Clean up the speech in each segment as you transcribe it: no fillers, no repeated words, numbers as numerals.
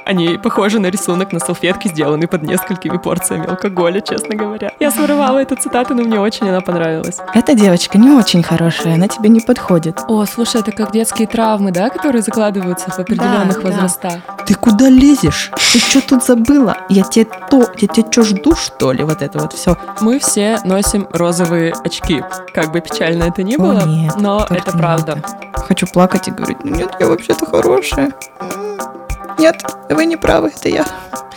Они похожи на рисунок на салфетке, сделанный под несколькими порциями алкоголя, честно говоря. Я своровала эту цитату, но мне очень она понравилась. Эта девочка не очень хорошая, она тебе не подходит. О, слушай, это как детские травмы, да, которые закладываются в определенных возрастах? Ты куда лезешь? Ты что тут забыла? Я тебя что, жду, что ли? Вот это вот все. Мы все носим розовые очки. Как бы печально это ни было, нет, но это правда. Хочу плакать и говорить: нет, я вообще-то хорошая. Нет, вы не правы, это я.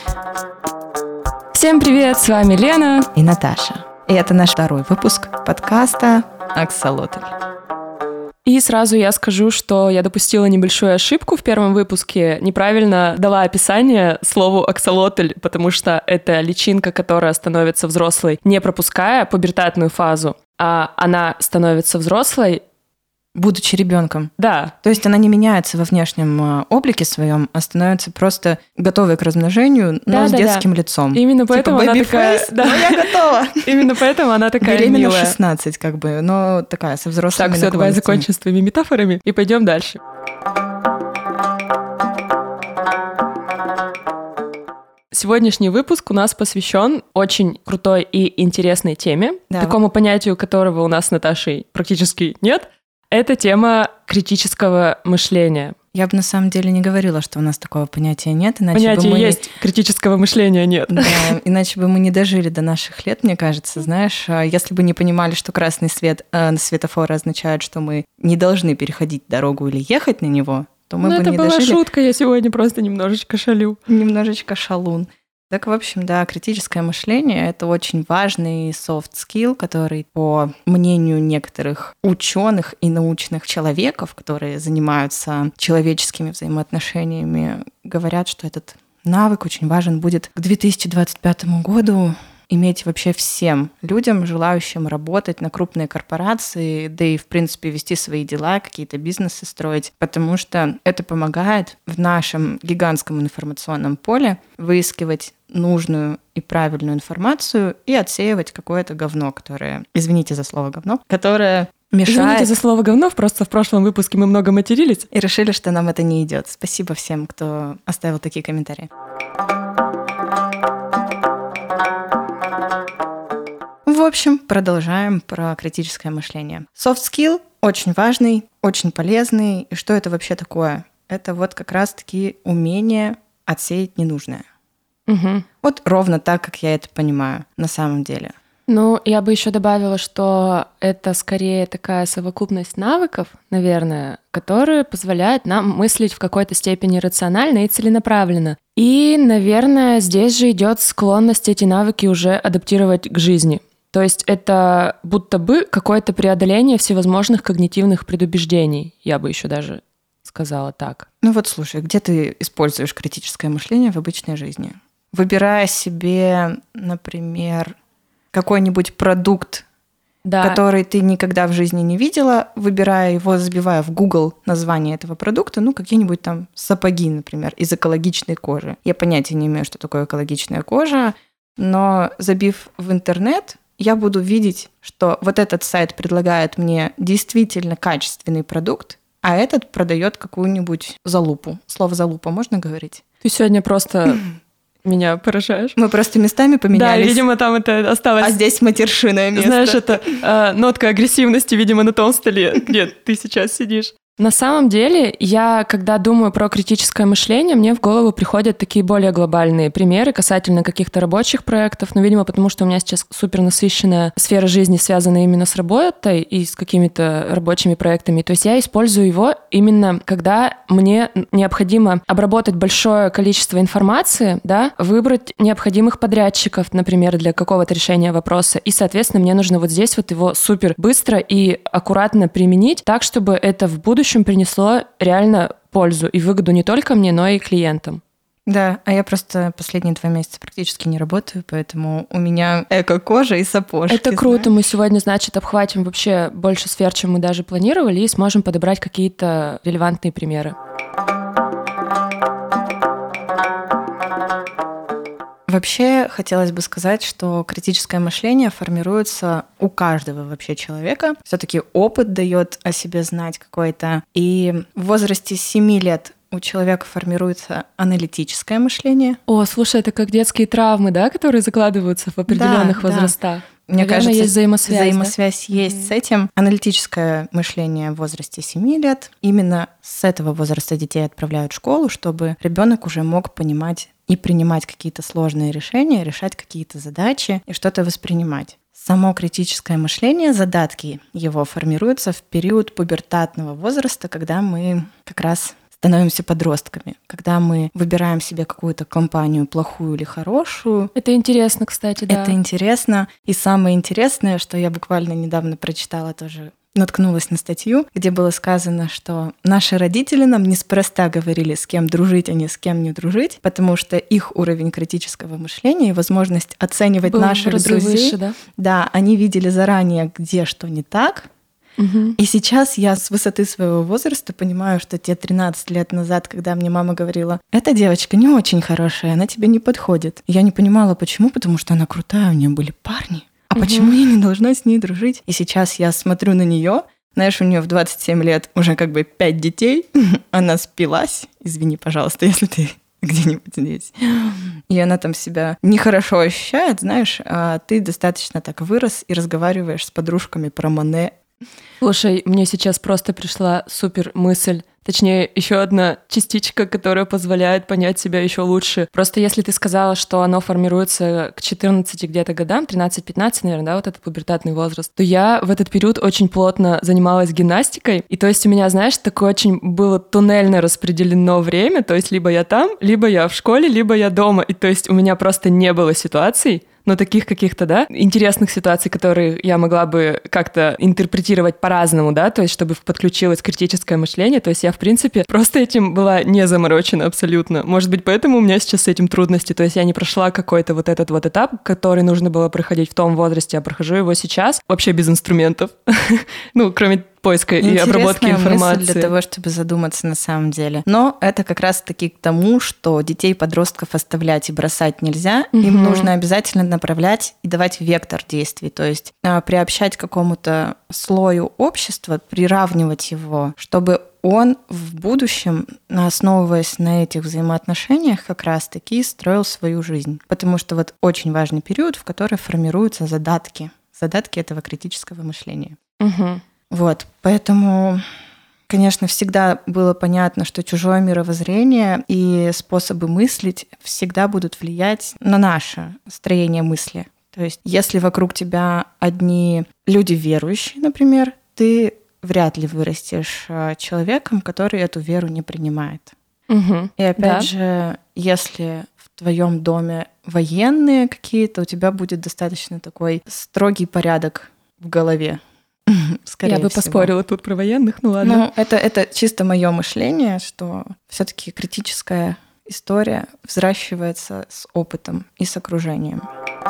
Всем привет, с вами Лена и Наташа. И это наш второй выпуск подкаста «Аксолотль». И сразу я скажу, что я допустила небольшую ошибку в первом выпуске. Неправильно дала описание слову «аксолотль», потому что это личинка, которая становится взрослой, не пропуская пубертатную фазу, а она становится взрослой, будучи ребенком. Да. То есть она не меняется во внешнем облике своем, а становится просто готовой к размножению, но с детским лицом. Именно поэтому она такая... Да, я готова. Именно поэтому она такая беременна милая. в 16, как бы, но такая, со взрослыми Так, все, давай закончим с твоими метафорами и пойдем дальше. Сегодняшний выпуск у нас посвящен очень крутой и интересной теме, такому понятию которого у нас с Наташей практически нет. Это тема критического мышления. Я бы на самом деле не говорила, что у нас такого понятия нет. Понятие есть, критического мышления нет. Да, иначе бы мы не дожили до наших лет, мне кажется. Знаешь, если бы не понимали, что красный свет на светофоре означает, что мы не должны переходить дорогу или ехать на него, то мы бы не дожили. Это была шутка, я сегодня просто немножечко шалю. Немножечко шалун. Так, в общем, да, критическое мышление — это очень важный soft skill, который, по мнению некоторых ученых и научных человеков, которые занимаются человеческими взаимоотношениями, говорят, что этот навык очень важен будет к 2025 году иметь вообще всем людям, желающим работать на крупные корпорации, да и, в принципе, вести свои дела, какие-то бизнесы строить, потому что это помогает в нашем гигантском информационном поле выискивать нужную и правильную информацию и отсеивать какое-то говно, которое, извините за слово говно, которое мешает. Извините за слово говно, просто в прошлом выпуске мы много матерились. И решили, что нам это не идет. Спасибо всем, кто оставил такие комментарии. В общем, продолжаем про критическое мышление. Soft skill очень важный, очень полезный. И что это вообще такое? Это вот как раз-таки умение отсеять ненужное. Угу. Вот ровно так, как я это понимаю на самом деле. Ну, я бы еще добавила, что это скорее такая совокупность навыков, наверное, которые позволяют нам мыслить в какой-то степени рационально и целенаправленно. И, наверное, здесь же идет склонность эти навыки уже адаптировать к жизни. То есть это будто бы какое-то преодоление всевозможных когнитивных предубеждений, я бы еще даже сказала так. Ну вот слушай, где ты используешь критическое мышление в обычной жизни? Выбирая себе, например, какой-нибудь продукт, который ты никогда в жизни не видела, выбирая его, забивая в Google название этого продукта, ну, какие-нибудь там сапоги, например, из экологичной кожи. Я понятия не имею, что такое экологичная кожа, но забив в интернет, я буду видеть, что вот этот сайт предлагает мне действительно качественный продукт, а этот продает какую-нибудь залупу. Слово «залупа» можно говорить? Ты сегодня просто меня поражаешь. Мы просто местами поменялись. Да, видимо, там это осталось. А здесь матершинное место. Знаешь, это нотка агрессивности, видимо, на том столе, где ты сейчас сидишь. На самом деле, я, когда думаю про критическое мышление, мне в голову приходят такие более глобальные примеры касательно каких-то рабочих проектов, но, видимо, потому что у меня сейчас супер насыщенная сфера жизни, связанная именно с работой и с какими-то рабочими проектами. То есть я использую его именно, когда мне необходимо обработать большое количество информации, да, выбрать необходимых подрядчиков, например, для какого-то решения вопроса, и, соответственно, мне нужно вот здесь вот его супер быстро и аккуратно применить так, чтобы это в будущем принесло реально пользу и выгоду не только мне, но и клиентам. Да, а я просто последние 2 месяца практически не работаю, поэтому у меня эко-кожа и сапожки. Это круто, знаешь? Мы сегодня, значит, обхватим вообще больше сфер, чем мы даже планировали, и сможем подобрать какие-то релевантные примеры. Вообще, хотелось бы сказать, что критическое мышление формируется у каждого вообще человека. Все-таки опыт дает о себе знать какой-то. И в возрасте 7 лет у человека формируется аналитическое мышление. О, слушай, это как детские травмы, да, которые закладываются в определенных возрастах? Мне кажется, есть взаимосвязь есть с этим. Аналитическое мышление в возрасте 7 лет. Именно с этого возраста детей отправляют в школу, чтобы ребенок уже мог понимать и принимать какие-то сложные решения, решать какие-то задачи и что-то воспринимать. Само критическое мышление, задатки его формируются в период пубертатного возраста, когда мы как раз становимся подростками, когда мы выбираем себе какую-то компанию, плохую или хорошую. Это интересно, кстати, да. Это интересно. И самое интересное, что я буквально недавно прочитала тоже, наткнулась на статью, где было сказано, что наши родители нам неспроста говорили, с кем дружить, а не с кем не дружить, потому что их уровень критического мышления и возможность оценивать был наших друзей, выше, да, они видели заранее, где что не так. И сейчас я с высоты своего возраста понимаю, что те 13 лет назад, когда мне мама говорила, эта девочка не очень хорошая, она тебе не подходит. Я не понимала, почему, потому что она крутая, у нее были парни. А почему я не должна с ней дружить? И сейчас я смотрю на нее, знаешь, у нее в 27 лет уже как бы 5 детей, она спилась, извини, пожалуйста, если ты где-нибудь здесь. И она там себя нехорошо ощущает, знаешь, а ты достаточно так вырос и разговариваешь с подружками про Моне. Слушай, мне сейчас просто пришла супер мысль, точнее, еще одна частичка, которая позволяет понять себя еще лучше. Просто если ты сказала, что оно формируется к 14 где-то годам, 13-15, наверное, да, вот этот пубертатный возраст, то я в этот период очень плотно занималась гимнастикой, и то есть у меня, знаешь, такое очень было туннельно распределено время, то есть либо я там, либо я в школе, либо я дома, и то есть у меня просто не было ситуаций, но таких каких-то, да, интересных ситуаций, которые я могла бы как-то интерпретировать по-разному, да, то есть чтобы подключилось критическое мышление, то есть я, в принципе, просто этим была не заморочена абсолютно. Может быть, поэтому у меня сейчас с этим трудности, то есть я не прошла какой-то вот этот вот этап, который нужно было проходить в том возрасте, я прохожу его сейчас вообще без инструментов, ну, кроме поиска и обработки информации. Мысль для того, чтобы задуматься на самом деле. Но это как раз-таки к тому, что детей-подростков оставлять и бросать нельзя. Им нужно обязательно направлять и давать вектор действий. То есть приобщать к какому-то слою общества, приравнивать его, чтобы он в будущем, основываясь на этих взаимоотношениях, как раз-таки строил свою жизнь. Потому что вот очень важный период, в который формируются задатки. Задатки этого критического мышления. Вот, поэтому, конечно, всегда было понятно, что чужое мировоззрение и способы мыслить всегда будут влиять на наше строение мысли. То есть, если вокруг тебя одни люди верующие, например, ты вряд ли вырастешь человеком, который эту веру не принимает. И опять же, если в твоем доме военные какие-то, у тебя будет достаточно такой строгий порядок в голове. Скорее Я бы всего. поспорила тут про военных, ну ладно. Ну, это чисто мое мышление, что все-таки критическая история взращивается с опытом и с окружением.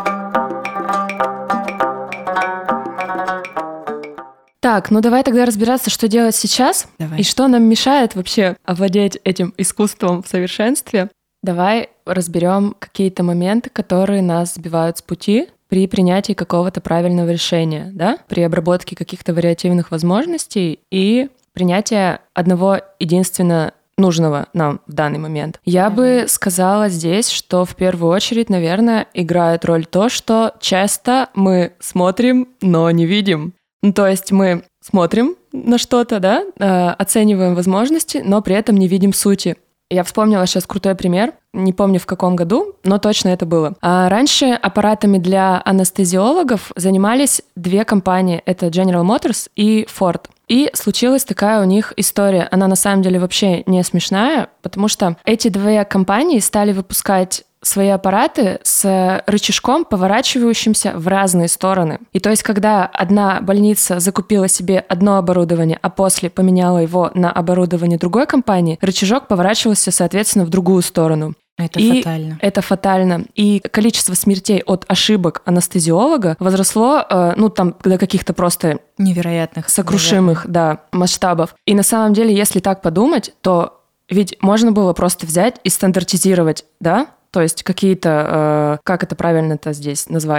Так, ну давай тогда разбираться, что делать сейчас Давай. и что нам мешает вообще овладеть этим искусством в совершенстве. Давай разберем какие-то моменты, которые нас сбивают с пути при принятии какого-то правильного решения, да, при обработке каких-то вариативных возможностей и принятия одного единственно нужного нам в данный момент. Я бы сказала здесь, что в первую очередь, наверное, играет роль то, что часто мы смотрим, но не видим. Ну, то есть мы смотрим на что-то, да, оцениваем возможности, но при этом не видим сути. Я вспомнила сейчас крутой пример, не помню в каком году, но точно это было. Раньше аппаратами для анестезиологов занимались две компании, это General Motors и Ford. И случилась такая у них история. Она на самом деле вообще не смешная, потому что эти две компании стали выпускать свои аппараты с рычажком, поворачивающимся в разные стороны. И то есть, когда одна больница закупила себе одно оборудование, а после поменяла его на оборудование другой компании, рычажок поворачивался, соответственно, в другую сторону. Фатально. Это фатально. И количество смертей от ошибок анестезиолога возросло, там, до каких-то просто невероятных, сокрушимых, масштабов. И на самом деле, если так подумать, то ведь можно было просто взять и стандартизировать, да? То есть какие-то, как это правильно-то здесь назвать?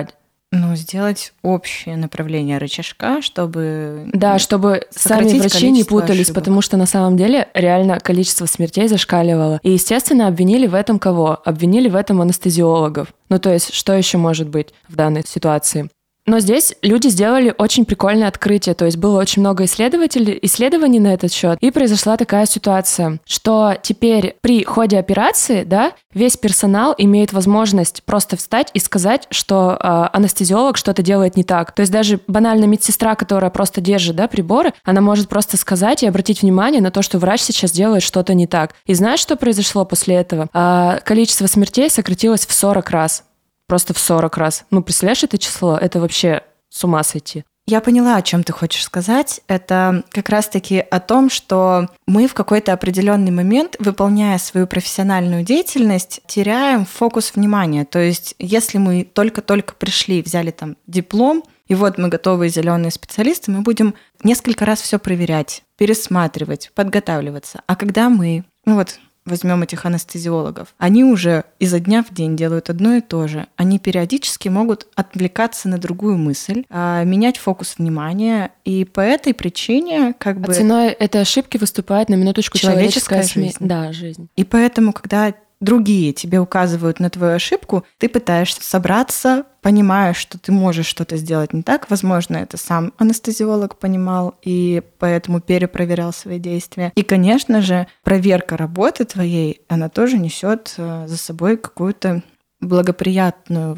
сделать общее направление рычажка, чтобы... Да, чтобы сами врачи не путались, ошибок. Потому что на самом деле реально количество смертей зашкаливало. И, естественно, обвинили в этом кого? Обвинили в этом анестезиологов. То есть, что еще может быть в данной ситуации? Но здесь люди сделали очень прикольное открытие, то есть было очень много исследований на этот счет, и произошла такая ситуация, что теперь при ходе операции, весь персонал имеет возможность просто встать и сказать, что анестезиолог что-то делает не так. То есть даже банально медсестра, которая просто держит, приборы, она может просто сказать и обратить внимание на то, что врач сейчас делает что-то не так. И знаешь, что произошло после этого? Количество смертей сократилось в 40 раз. Просто в 40 раз. Представляешь это число? Это вообще с ума сойти. Я поняла, о чем ты хочешь сказать. Это как раз-таки о том, что мы в какой-то определенный момент, выполняя свою профессиональную деятельность, теряем фокус внимания. То есть, если мы только-только пришли, взяли там диплом, и вот мы готовые зеленые специалисты, мы будем несколько раз все проверять, пересматривать, подготавливаться. А когда мы, возьмем этих анестезиологов, они уже изо дня в день делают одно и то же. Они периодически могут отвлекаться на другую мысль, менять фокус внимания, и по этой причине ценой этой ошибки выступает на минуточку человеческая жизнь. Да, жизнь. И поэтому, когда другие тебе указывают на твою ошибку, ты пытаешься собраться, понимаешь, что ты можешь что-то сделать не так. Возможно, это сам анестезиолог понимал и поэтому перепроверял свои действия. И, конечно же, проверка работы твоей, она тоже несет за собой какую-то благоприятную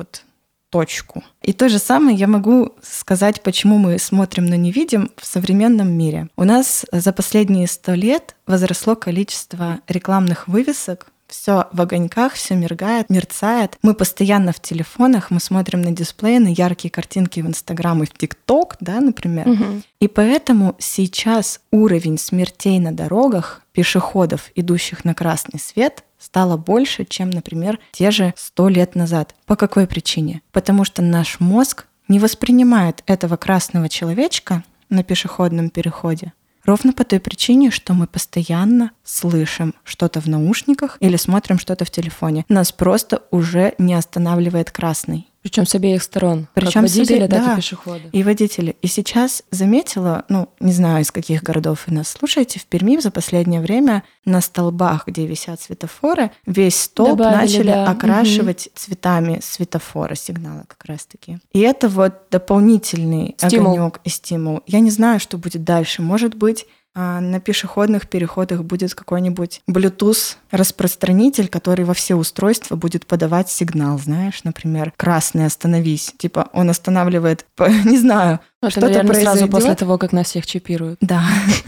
точку. И то же самое я могу сказать, почему мы смотрим, но не видим в современном мире. У нас за последние 100 лет возросло количество рекламных вывесок. Все в огоньках, все мигает, мерцает. Мы постоянно в телефонах, мы смотрим на дисплей, на яркие картинки в Инстаграм и в ТикТок, например. Угу. И поэтому сейчас уровень смертей на дорогах пешеходов, идущих на красный свет, стало больше, чем, например, те же 100 лет назад. По какой причине? Потому что наш мозг не воспринимает этого красного человечка на пешеходном переходе. Ровно по той причине, что мы постоянно слышим что-то в наушниках или смотрим что-то в телефоне. Нас просто уже не останавливает красный. Причем с обеих сторон. Причем как водителя, так и пешехода. И водители. И сейчас заметила, не знаю, из каких городов вы нас слушаете, в Перми за последнее время на столбах, где висят светофоры, весь столб начали окрашивать цветами светофора, сигнала как раз-таки. И это дополнительный огонек и стимул. Я не знаю, что будет дальше. Может быть, на пешеходных переходах будет какой-нибудь Bluetooth-распространитель, который во все устройства будет подавать сигнал, знаешь, например, красный, остановись. Типа он останавливает, не знаю, это, что-то наверное, произойдет. Сразу после того, как нас всех чипируют. Да.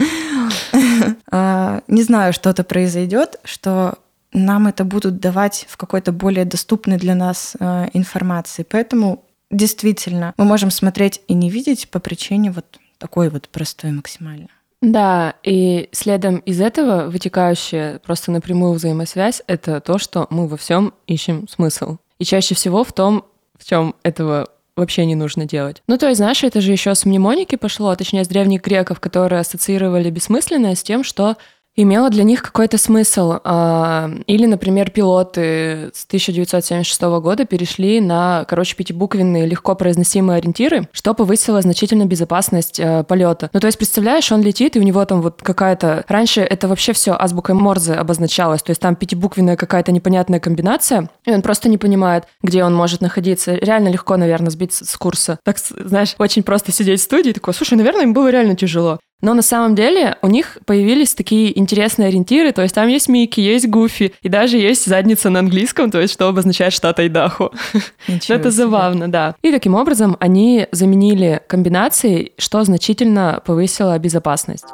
Не знаю, что-то произойдет, что нам это будут давать в какой-то более доступной для нас информации. Поэтому действительно мы можем смотреть и не видеть по причине такой простой максимально. Да, и следом из этого вытекающая просто напрямую взаимосвязь — это то, что мы во всем ищем смысл. И чаще всего в том, в чем этого вообще не нужно делать. То есть, знаешь, это же еще с мнемоники пошло, точнее, с древних греков, которые ассоциировали бессмысленное с тем, что имело для них какой-то смысл. Или, например, пилоты с 1976 года перешли на, пятибуквенные, легко произносимые ориентиры, что повысило значительно безопасность полета. То есть, представляешь, он летит, и у него там какая-то... Раньше это вообще все азбукой Морзе обозначалось, то есть там пятибуквенная какая-то непонятная комбинация, и он просто не понимает, где он может находиться. Реально легко, наверное, сбить с курса. Так, знаешь, очень просто сидеть в студии и такой, слушай, наверное, им было реально тяжело. Но на самом деле у них появились такие интересные ориентиры, то есть там есть Микки, есть Гуфи, и даже есть задница на английском, то есть что обозначает штат Айдахо. Это забавно, да. И таким образом они заменили комбинации, что значительно повысило безопасность.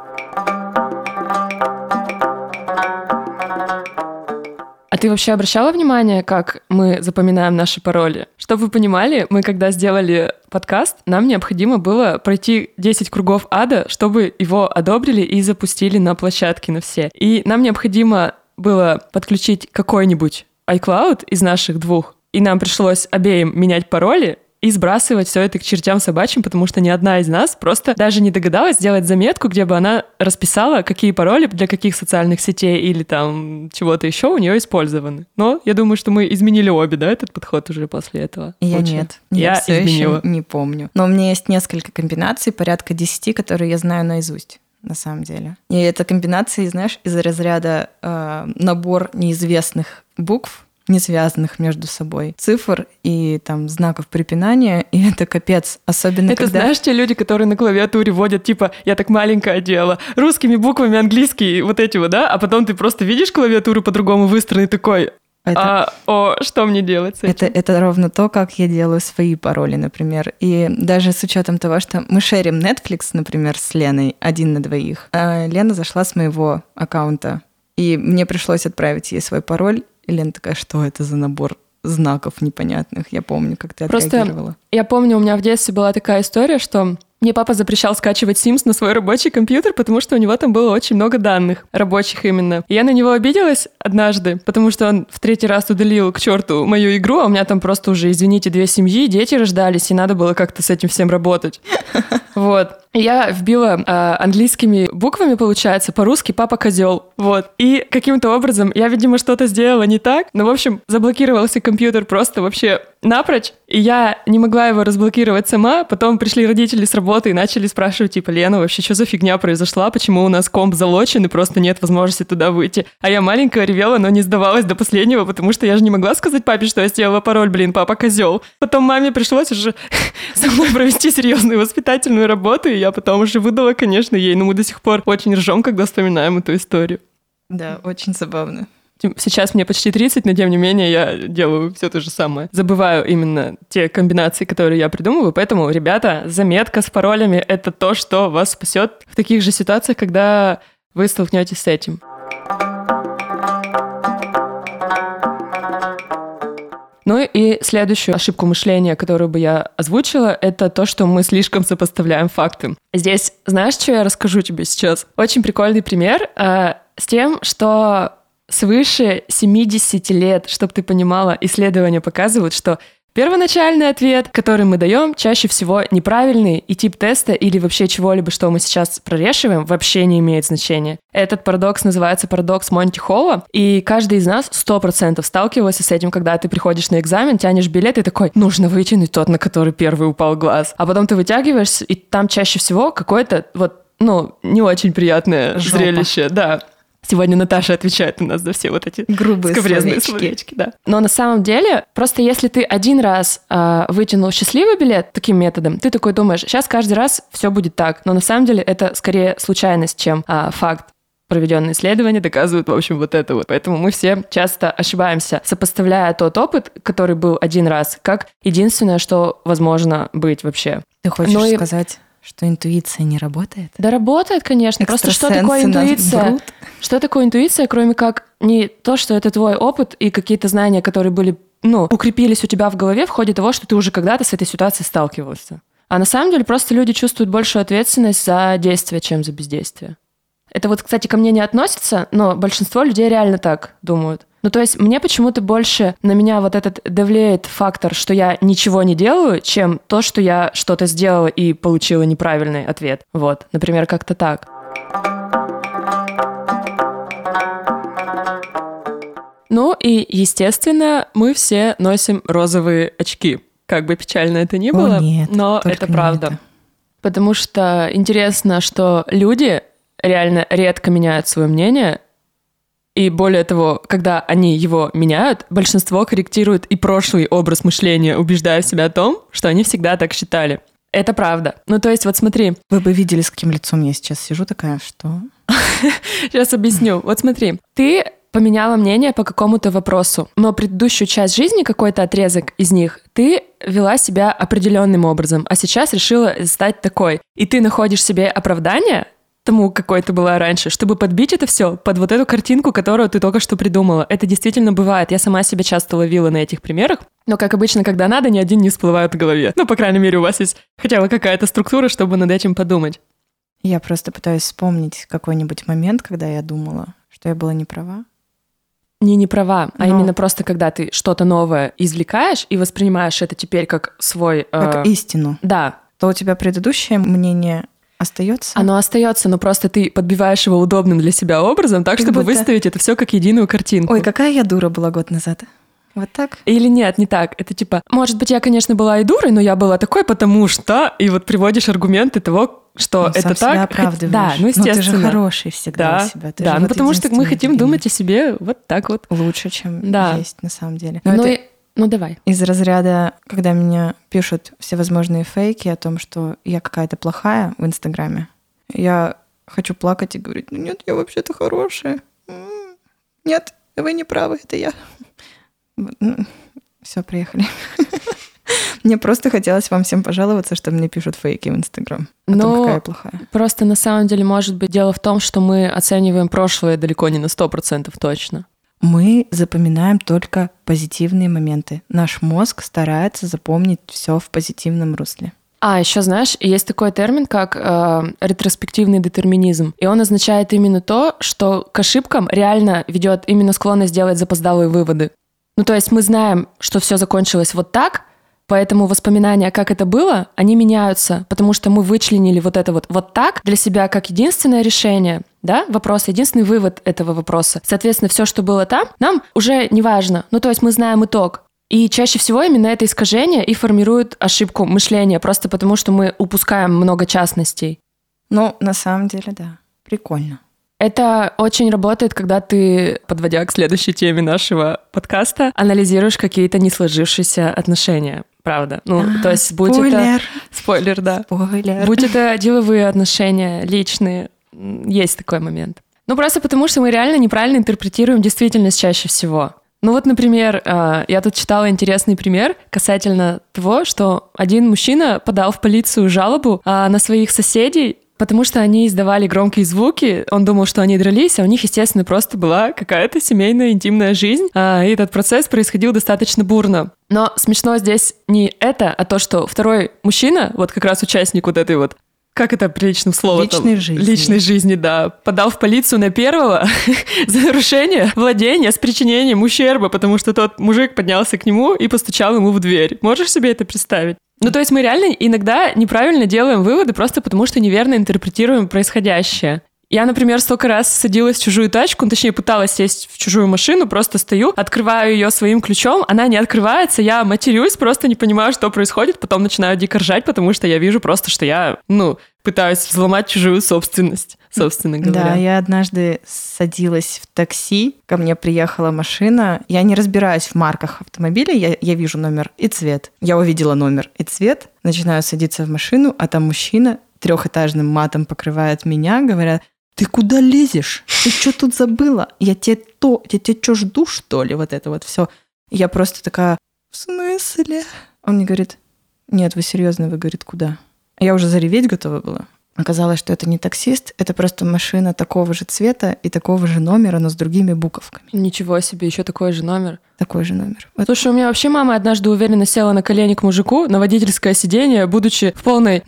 А ты вообще обращала внимание, как мы запоминаем наши пароли? Чтобы вы понимали, мы когда сделали подкаст, нам необходимо было пройти 10 кругов ада, чтобы его одобрили и запустили на площадке на все. И нам необходимо было подключить какой-нибудь iCloud из наших двух, и нам пришлось обеим менять пароли, и сбрасывать все это к чертям собачьим, потому что ни одна из нас просто даже не догадалась сделать заметку, где бы она расписала, какие пароли для каких социальных сетей или там чего-то еще у нее использованы. Но я думаю, что мы изменили обе, да, этот подход уже после этого. Нет. Я все еще не помню. Но у меня есть несколько комбинаций, порядка 10, которые я знаю наизусть. На самом деле. И это комбинации, знаешь, из разряда набор неизвестных букв, не связанных между собой, цифр и там знаков препинания, и это капец. Особенно это, знаешь, те люди, которые на клавиатуре вводят, типа, я так маленькое делала, русскими буквами, английские, вот эти вот, да? А потом ты просто видишь клавиатуру по-другому выстроенной, такой... что мне делать с этим? Это ровно то, как я делаю свои пароли, например. И даже с учетом того, что мы шерим Netflix, например, с Леной 1 на 2, Лена зашла с моего аккаунта, и мне пришлось отправить ей свой пароль, и Лена такая, что это за набор знаков непонятных? Я помню, как ты отреагировала. Я помню, у меня в детстве была такая история, что мне папа запрещал скачивать Sims на свой рабочий компьютер, потому что у него там было очень много данных, рабочих именно. И я на него обиделась однажды, потому что он в 3-й раз удалил к черту мою игру, а у меня там просто уже, извините, 2 семьи, дети рождались, и надо было как-то с этим всем работать. Вот. Я вбила английскими буквами, получается, по-русски «папа козел». Вот. И каким-то образом я, видимо, что-то сделала не так. Но, в общем, заблокировался компьютер просто вообще напрочь. И я не могла его разблокировать сама. Потом пришли родители с работы и начали спрашивать, типа, Лена, вообще, что за фигня произошла? Почему у нас комп залочен и просто нет возможности туда выйти? А я маленькая ревела, но не сдавалась до последнего, потому что я же не могла сказать папе, что я сделала пароль, папа козел. Потом маме пришлось уже со мной провести серьезную воспитательную работу, и я потом уже выдала, конечно, ей, но мы до сих пор очень ржем, когда вспоминаем эту историю. Да, очень забавно. Сейчас мне почти 30, но тем не менее я делаю все то же самое. Забываю именно те комбинации, которые я придумываю, поэтому, ребята, заметка с паролями — это то, что вас спасет в таких же ситуациях, когда вы столкнетесь с этим. Ну и следующую ошибку мышления, которую бы я озвучила, это то, что мы слишком сопоставляем факты. Здесь, знаешь, что я расскажу тебе сейчас? Очень прикольный пример с тем, что свыше 70 лет, чтобы ты понимала, исследования показывают, что первоначальный ответ, который мы даем, чаще всего неправильный, и тип теста или вообще чего-либо, что мы сейчас прорешиваем, вообще не имеет значения. Этот парадокс называется парадокс Монти-Холла, и каждый из нас 100% сталкивался с этим, когда ты приходишь на экзамен, тянешь билет и такой, нужно вытянуть тот, на который первый упал глаз. А потом ты вытягиваешься, и там чаще всего какое-то не очень приятное зрелище. Да. Сегодня Наташа отвечает у нас за все вот эти грубые скабрезные словечки. Да. Но на самом деле, просто если ты один раз вытянул счастливый билет таким методом, ты такой думаешь, сейчас каждый раз все будет так. Но на самом деле это скорее случайность, чем факт. Проведенные исследования доказывают, в общем, вот это вот. Поэтому мы все часто ошибаемся, сопоставляя тот опыт, который был один раз, как единственное, что возможно быть вообще. Ты хочешь сказать... Что интуиция не работает? Да работает, конечно. Просто что такое интуиция? Что такое интуиция, кроме как не то, что это твой опыт и какие-то знания, которые были, укрепились у тебя в голове в ходе того, что ты уже когда-то с этой ситуацией сталкивался. А на самом деле просто люди чувствуют большую ответственность за действие, чем за бездействие. Это вот, кстати, ко мне не относится, но большинство людей реально так думают. То есть мне почему-то больше на меня вот этот давлеет фактор, что я ничего не делаю, чем то, что я что-то сделала и получила неправильный ответ. Вот, например, как-то так. И, естественно, мы все носим розовые очки. Как бы печально это ни было, но это правда. Это. Потому что интересно, что люди реально редко меняют свое мнение, и более того, когда они его меняют, большинство корректирует и прошлый образ мышления, убеждая себя о том, что они всегда так считали. Это правда. То есть, вот смотри. Вы бы видели, с каким лицом я сейчас сижу, такая, что? Сейчас объясню. Вот смотри. Ты поменяла мнение по какому-то вопросу, но предыдущую часть жизни, какой-то отрезок из них, ты вела себя определенным образом, а сейчас решила стать такой. И ты находишь себе оправдание тому, какой ты была раньше, чтобы подбить это все под вот эту картинку, которую ты только что придумала. Это действительно бывает. Я сама себя часто ловила на этих примерах. Но, как обычно, когда надо, ни один не всплывает в голове. По крайней мере, у вас есть хотя бы какая-то структура, чтобы над этим подумать. Я просто пытаюсь вспомнить какой-нибудь момент, когда я думала, что я была не права. не права, а именно просто когда ты что-то новое извлекаешь и воспринимаешь это теперь как свой... Как истину. Да. То у тебя предыдущее мнение остается? Оно остается, но просто ты подбиваешь его удобным для себя образом, так, чтобы выставить это все как единую картинку. Ой, какая я дура была год назад. Вот так? Или нет, не так. Это типа, может быть, я, конечно, была и дурой, но я была такой, потому что... И вот приводишь аргументы того, что это сам так. себя оправдываешь. Да, ну естественно. Но ты же хороший всегда у себя. Ты да, же ну потому что мы хотим думать о себе вот так вот. Лучше, чем есть на самом деле. Ну давай. Из разряда, когда меня пишут всевозможные фейки о том, что я какая-то плохая в Инстаграме, я хочу плакать и говорить: ну нет, я вообще-то хорошая. Нет, вы не правы, это я. Все, приехали. Мне просто хотелось вам всем пожаловаться, что мне пишут фейки в Инстаграм. О том, какая я плохая. Просто на самом деле, может быть, дело в том, что мы оцениваем прошлое далеко не на 100% точно. Мы запоминаем только позитивные моменты. Наш мозг старается запомнить все в позитивном русле. А, еще знаешь, есть такой термин, как ретроспективный детерминизм. И он означает именно то, что к ошибкам реально ведет именно склонность делать запоздалые выводы. Ну, то есть мы знаем, что все закончилось вот так, поэтому воспоминания, как это было, они меняются, потому что мы вычленили вот это вот так для себя как единственное решение, да, вопрос, единственный вывод этого вопроса. Соответственно, все, что было там, нам уже не важно. Ну, то есть мы знаем итог. И чаще всего именно это искажение и формирует ошибку мышления, просто потому что мы упускаем много частностей. Ну, на самом деле, да. Прикольно. Это очень работает, когда ты, подводя к следующей теме нашего подкаста, анализируешь какие-то не сложившиеся отношения. Правда. Ну, то есть будь это... Спойлер, да. Спойлер. Будь это деловые отношения, личные, есть такой момент. Ну, просто потому что мы реально неправильно интерпретируем действительность чаще всего. Ну вот, например, я тут читала интересный пример касательно того, что один мужчина подал в полицию жалобу на своих соседей, потому что они издавали громкие звуки, он думал, что они дрались, а у них, естественно, просто была какая-то семейная интимная жизнь, и этот процесс происходил достаточно бурно. Но смешно здесь не это, а то, что второй мужчина, вот как раз участник вот этой вот, как это приличным словом? Личной жизни, да. Подал в полицию на первого за нарушение владения с причинением ущерба, потому что тот мужик поднялся к нему и постучал ему в дверь. Можешь себе это представить? Ну, то есть мы реально иногда неправильно делаем выводы просто потому, что неверно интерпретируем происходящее. Я, например, столько раз садилась в чужую тачку, точнее, пыталась сесть в чужую машину, просто стою, открываю ее своим ключом, она не открывается, я матерюсь, просто не понимаю, что происходит, потом начинаю дико ржать, потому что я вижу просто, что я, пытаюсь взломать чужую собственность, собственно говоря. Да, я однажды садилась в такси, ко мне приехала машина, я не разбираюсь в марках автомобилей, я вижу номер и цвет. Я увидела номер и цвет, начинаю садиться в машину, а там мужчина трехэтажным матом покрывает меня, говорят: ты куда лезешь? Ты что тут забыла? Я тебя что, жду, что ли? Вот это вот все. Я просто такая: в смысле? Он мне говорит: нет, вы серьезно? Вы, говорит, куда? Я уже зареветь готова была. Оказалось, что это не таксист, это просто машина такого же цвета и такого же номера, но с другими буковками. Ничего себе, еще такой же номер. Такой же номер. Вот. Слушай, у меня вообще мама однажды уверенно села на колени к мужику на водительское сиденье, будучи в полной,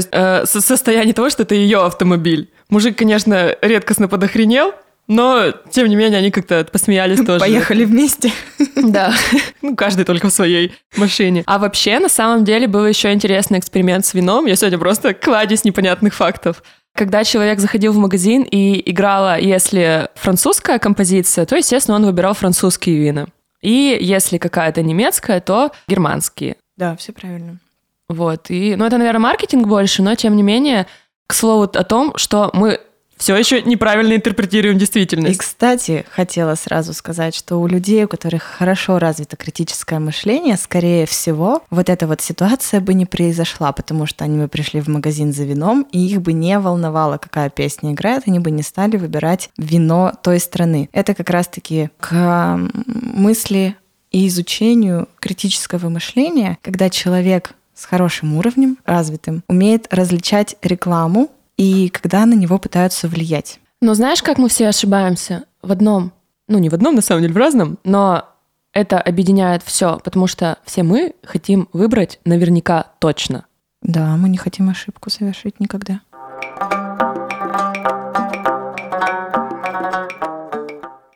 состоянии того, что это ее автомобиль. Мужик, конечно, редкостно подохренел, но, тем не менее, они как-то посмеялись тоже. Поехали вместе. Да, каждый только в своей машине. А вообще, на самом деле, был еще интересный эксперимент с вином. Я сегодня просто кладезь непонятных фактов. Когда человек заходил в магазин и играла, если французская композиция, то, естественно, он выбирал французские вина. И если какая-то немецкая, то германские. Да, все правильно. Вот. И, это, наверное, маркетинг больше, но, тем не менее, к слову о том, что мы все еще неправильно интерпретируем действительность. И, кстати, хотела сразу сказать, что у людей, у которых хорошо развито критическое мышление, скорее всего, вот эта вот ситуация бы не произошла, потому что они бы пришли в магазин за вином, и их бы не волновало, какая песня играет, они бы не стали выбирать вино той страны. Это как раз-таки к мысли и изучению критического мышления, когда человек с хорошим уровнем, развитым, умеет различать рекламу, и когда на него пытаются влиять. Но знаешь, как мы все ошибаемся? В одном, не в одном, на самом деле, в разном, но это объединяет все, потому что все мы хотим выбрать наверняка точно. Да, мы не хотим ошибку совершить никогда.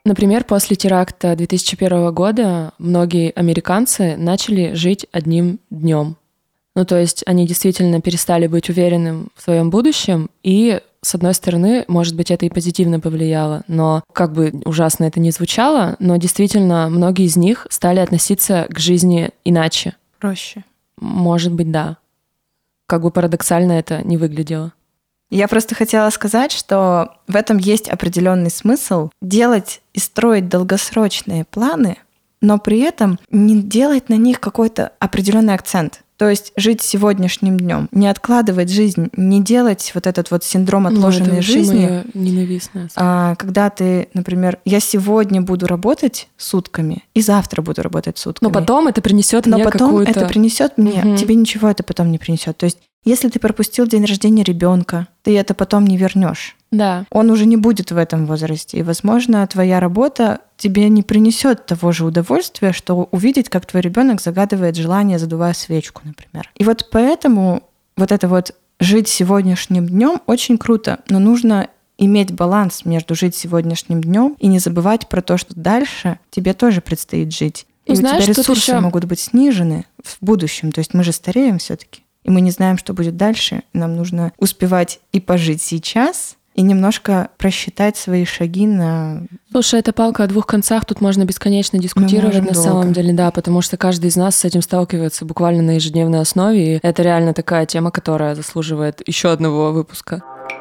Например, после теракта 2001 года многие американцы начали жить одним днем. Ну, то есть они действительно перестали быть уверенным в своем будущем, и, с одной стороны, может быть, это и позитивно повлияло, но как бы ужасно это ни звучало, но действительно многие из них стали относиться к жизни иначе. Проще. Может быть, да. Как бы парадоксально это ни выглядело. Я просто хотела сказать, что в этом есть определенный смысл делать и строить долгосрочные планы, но при этом не делать на них какой-то определенный акцент. То есть жить сегодняшним днем, не откладывать жизнь, не делать вот этот вот синдром отложенной жизни. Моя ненавистная. Когда ты, например, я сегодня буду работать сутками и завтра буду работать сутками. Но потом это принесет мне какую-то... Но потом это принесет мне, тебе ничего это потом не принесет. То есть если ты пропустил день рождения ребенка, ты это потом не вернешь. Да. Он уже не будет в этом возрасте. И, возможно, твоя работа тебе не принесет того же удовольствия, что увидеть, как твой ребенок загадывает желание, задувая свечку, например. И вот поэтому вот это вот жить сегодняшним днем очень круто, но нужно иметь баланс между жить сегодняшним днем и не забывать про то, что дальше тебе тоже предстоит жить. И у тебя ресурсы могут быть снижены в будущем. То есть мы же стареем все-таки. И мы не знаем, что будет дальше. Нам нужно успевать и пожить сейчас, и немножко просчитать свои шаги на... Слушай, это палка о двух концах, тут можно бесконечно дискутировать на самом деле, да, потому что каждый из нас с этим сталкивается буквально на ежедневной основе, и это реально такая тема, которая заслуживает еще одного выпуска.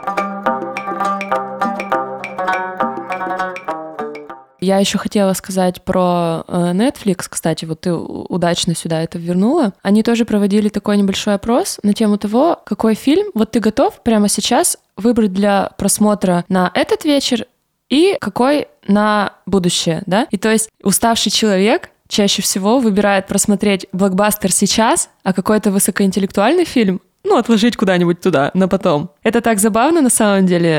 Я еще хотела сказать про Netflix, кстати, вот ты удачно сюда это вернула. Они тоже проводили такой небольшой опрос на тему того, какой фильм вот ты готов прямо сейчас выбрать для просмотра на этот вечер и какой на будущее, да? И то есть уставший человек чаще всего выбирает просмотреть блокбастер сейчас, а какой-то высокоинтеллектуальный фильм отложить куда-нибудь туда, на потом. Это так забавно на самом деле,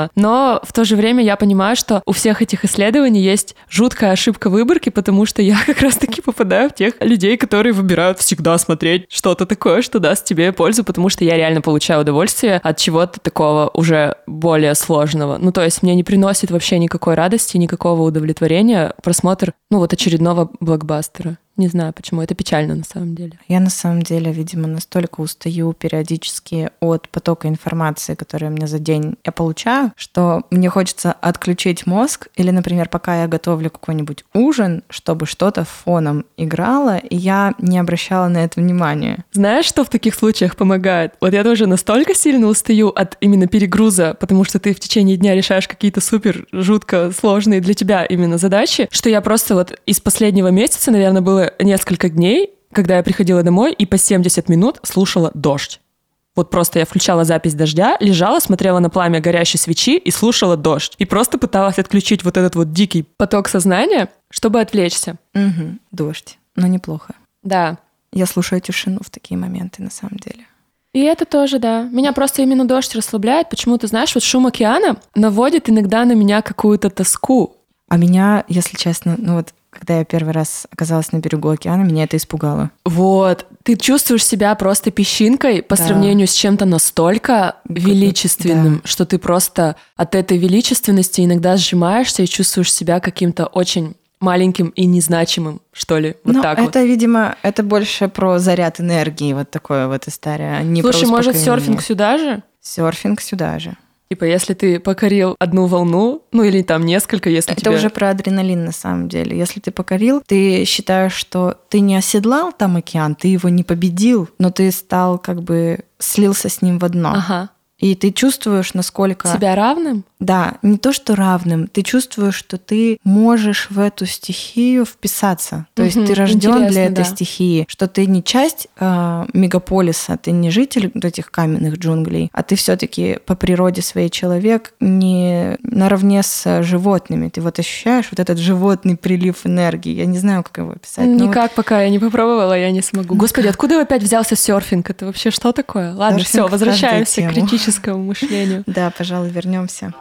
но в то же время я понимаю, что у всех этих исследований есть жуткая ошибка выборки, потому что я как раз-таки попадаю в тех людей, которые выбирают всегда смотреть что-то такое, что даст тебе пользу, потому что я реально получаю удовольствие от чего-то такого уже более сложного. Ну, то есть мне не приносит вообще никакой радости, никакого удовлетворения просмотр, очередного блокбастера. Не знаю, почему. Это печально на самом деле. Я на самом деле, видимо, настолько устаю периодически от потока информации, которую мне за день я получаю, что мне хочется отключить мозг или, например, пока я готовлю какой-нибудь ужин, чтобы что-то фоном играло, и я не обращала на это внимания. Знаешь, что в таких случаях помогает? Вот я тоже настолько сильно устаю от именно перегруза, потому что ты в течение дня решаешь какие-то супер жутко сложные для тебя именно задачи, что я просто из последнего месяца, наверное, было несколько дней, когда я приходила домой и по 70 минут слушала дождь. Вот просто я включала запись дождя, лежала, смотрела на пламя горящей свечи и слушала дождь. И просто пыталась отключить вот этот вот дикий поток сознания, чтобы отвлечься. Угу, дождь. Но неплохо. Да. Я слушаю тишину в такие моменты, на самом деле. И это тоже, да. Меня просто именно дождь расслабляет. Почему-то, знаешь, вот шум океана наводит иногда на меня какую-то тоску. А меня, если честно, когда я первый раз оказалась на берегу океана, меня это испугало. Вот. Ты чувствуешь себя просто песчинкой по сравнению с чем-то настолько величественным, что ты просто от этой величественности иногда сжимаешься и чувствуешь себя каким-то очень маленьким и незначимым, что ли. Вот так это, видимо, это больше про заряд энергии, вот такая вот история, а не про успокоение. Слушай, может, серфинг сюда же? Серфинг сюда же. Типа, если ты покорил одну волну, или там несколько, если это уже про адреналин на самом деле. Если ты покорил, ты считаешь, что ты не оседлал там океан, ты его не победил, но ты стал слился с ним в одно. Ага. И ты чувствуешь, насколько... Себя равным? Да, не то, что равным. Ты чувствуешь, что ты можешь в эту стихию вписаться. То есть ты рожден для этой стихии, что ты не часть мегаполиса, ты не житель этих каменных джунглей, а ты все-таки по природе своей человек не наравне с животными. Ты ощущаешь этот животный прилив энергии. Я не знаю, как его описать. Никак, пока я не попробовала, я не смогу. Господи, откуда опять взялся серфинг? Это вообще что такое? Ладно, все, возвращаемся к критическому мышлению. Да, пожалуй, вернемся.